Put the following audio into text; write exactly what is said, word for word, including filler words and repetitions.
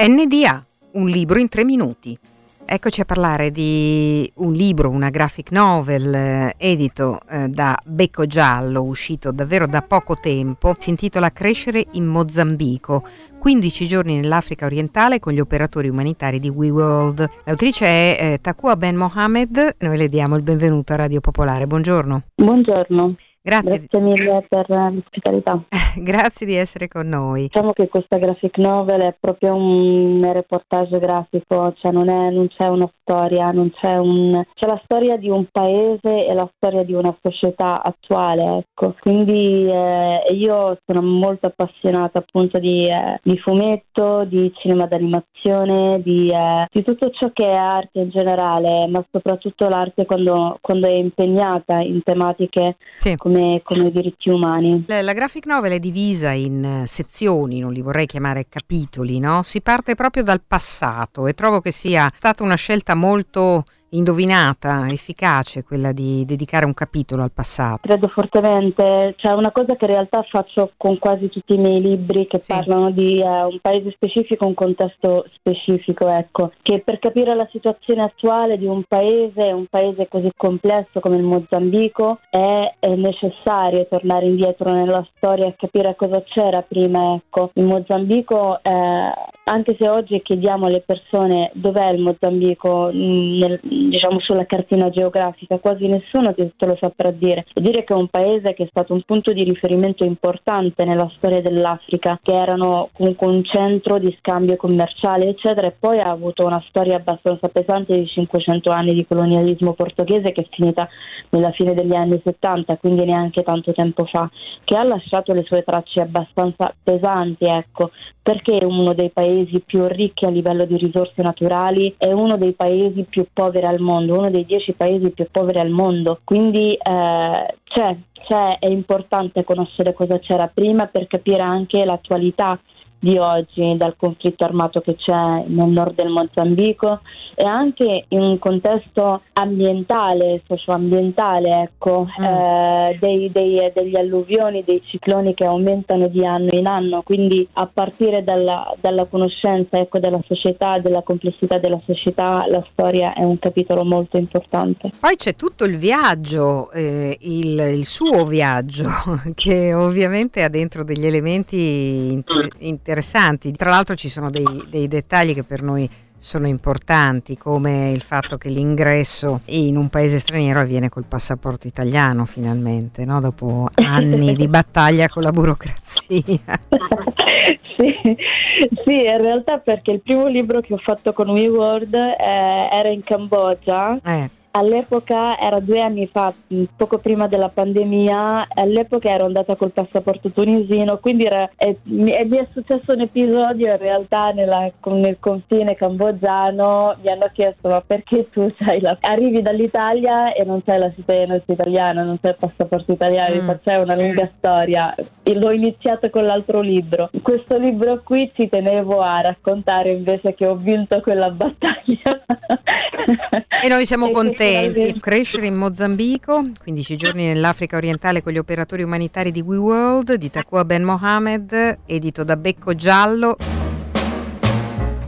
N D A, un libro in tre minuti. Eccoci a parlare di un libro, una graphic novel eh, edito eh, da Becco Giallo, uscito davvero da poco tempo. Si intitola Crescere in Mozambico, quindici giorni nell'Africa orientale con gli operatori umanitari di We World. L'autrice è eh, Takua Ben Mohamed. Noi le diamo il benvenuto a Radio Popolare. Buongiorno. Buongiorno. Grazie. Grazie mille per l'ospitalità. Grazie di essere con noi. Diciamo che questa graphic novel è proprio un reportage grafico, cioè non, è, non c'è una storia, non c'è un c'è la storia di un paese e la storia di una società attuale, ecco. Quindi eh, io sono molto appassionata appunto di, eh, di fumetto, di cinema d'animazione, di, eh, di tutto ciò che è arte in generale, ma soprattutto l'arte quando, quando è impegnata in tematiche sì. come Come, come diritti umani. La, la graphic novel è divisa in sezioni, non li vorrei chiamare capitoli, no? Si parte proprio dal passato e trovo che sia stata una scelta molto indovinata, efficace, quella di dedicare un capitolo al passato. Credo fortemente, cioè una cosa che in realtà faccio con quasi tutti i miei libri che sì. parlano di uh, un paese specifico, un contesto specifico, ecco, che per capire la situazione attuale di un paese, un paese così complesso come il Mozambico, è, è necessario tornare indietro nella storia e capire cosa c'era prima, ecco. Il Mozambico, eh, anche se oggi chiediamo alle persone dov'è il Mozambico, nel, diciamo sulla cartina geografica, quasi nessuno te lo saprà dire. E dire che è un paese che è stato un punto di riferimento importante nella storia dell'Africa, che erano comunque un centro di scambio commerciale eccetera, e poi ha avuto una storia abbastanza pesante di cinquecento anni di colonialismo portoghese che è finita nella fine degli anni settanta, quindi neanche tanto tempo fa, che ha lasciato le sue tracce abbastanza pesanti, ecco, perché è uno dei paesi più ricchi a livello di risorse naturali, è uno dei paesi più poveri al mondo, uno dei dieci paesi più poveri al mondo, quindi eh, c'è, c'è, è importante conoscere cosa c'era prima per capire anche l'attualità di oggi, dal conflitto armato che c'è nel nord del Mozambico e anche in un contesto ambientale, socioambientale, ecco, mm. eh, dei, dei, degli alluvioni, dei cicloni che aumentano di anno in anno, quindi a partire dalla, dalla conoscenza, ecco, della società, della complessità della società, la storia è un capitolo molto importante. Poi c'è tutto il viaggio, eh, il, il suo viaggio, che ovviamente ha dentro degli elementi inter- interessanti. Tra l'altro ci sono dei, dei dettagli che per noi sono importanti, come il fatto che l'ingresso in un paese straniero avviene col passaporto italiano finalmente, no? Dopo anni di battaglia con la burocrazia. Sì, sì, in realtà perché il primo libro che ho fatto con We World eh, era in Cambogia. Eh. All'epoca, era due anni fa, poco prima della pandemia, all'epoca ero andata col passaporto tunisino, quindi era, e, mi, e mi è successo un episodio in realtà nella, con, nel confine cambogiano. Mi hanno chiesto: ma perché tu c'hai la, arrivi dall'Italia e non c'hai la cittadinanza italiana, non c'hai il passaporto italiano? Mm. C'è una lunga storia e l'ho iniziato con l'altro libro. Questo libro qui ci tenevo a raccontare invece che ho vinto quella battaglia. E noi siamo contenti. Crescere in Mozambico, quindici giorni nell'Africa orientale con gli operatori umanitari di We World, di Takua Ben Mohamed, edito da Becco Giallo.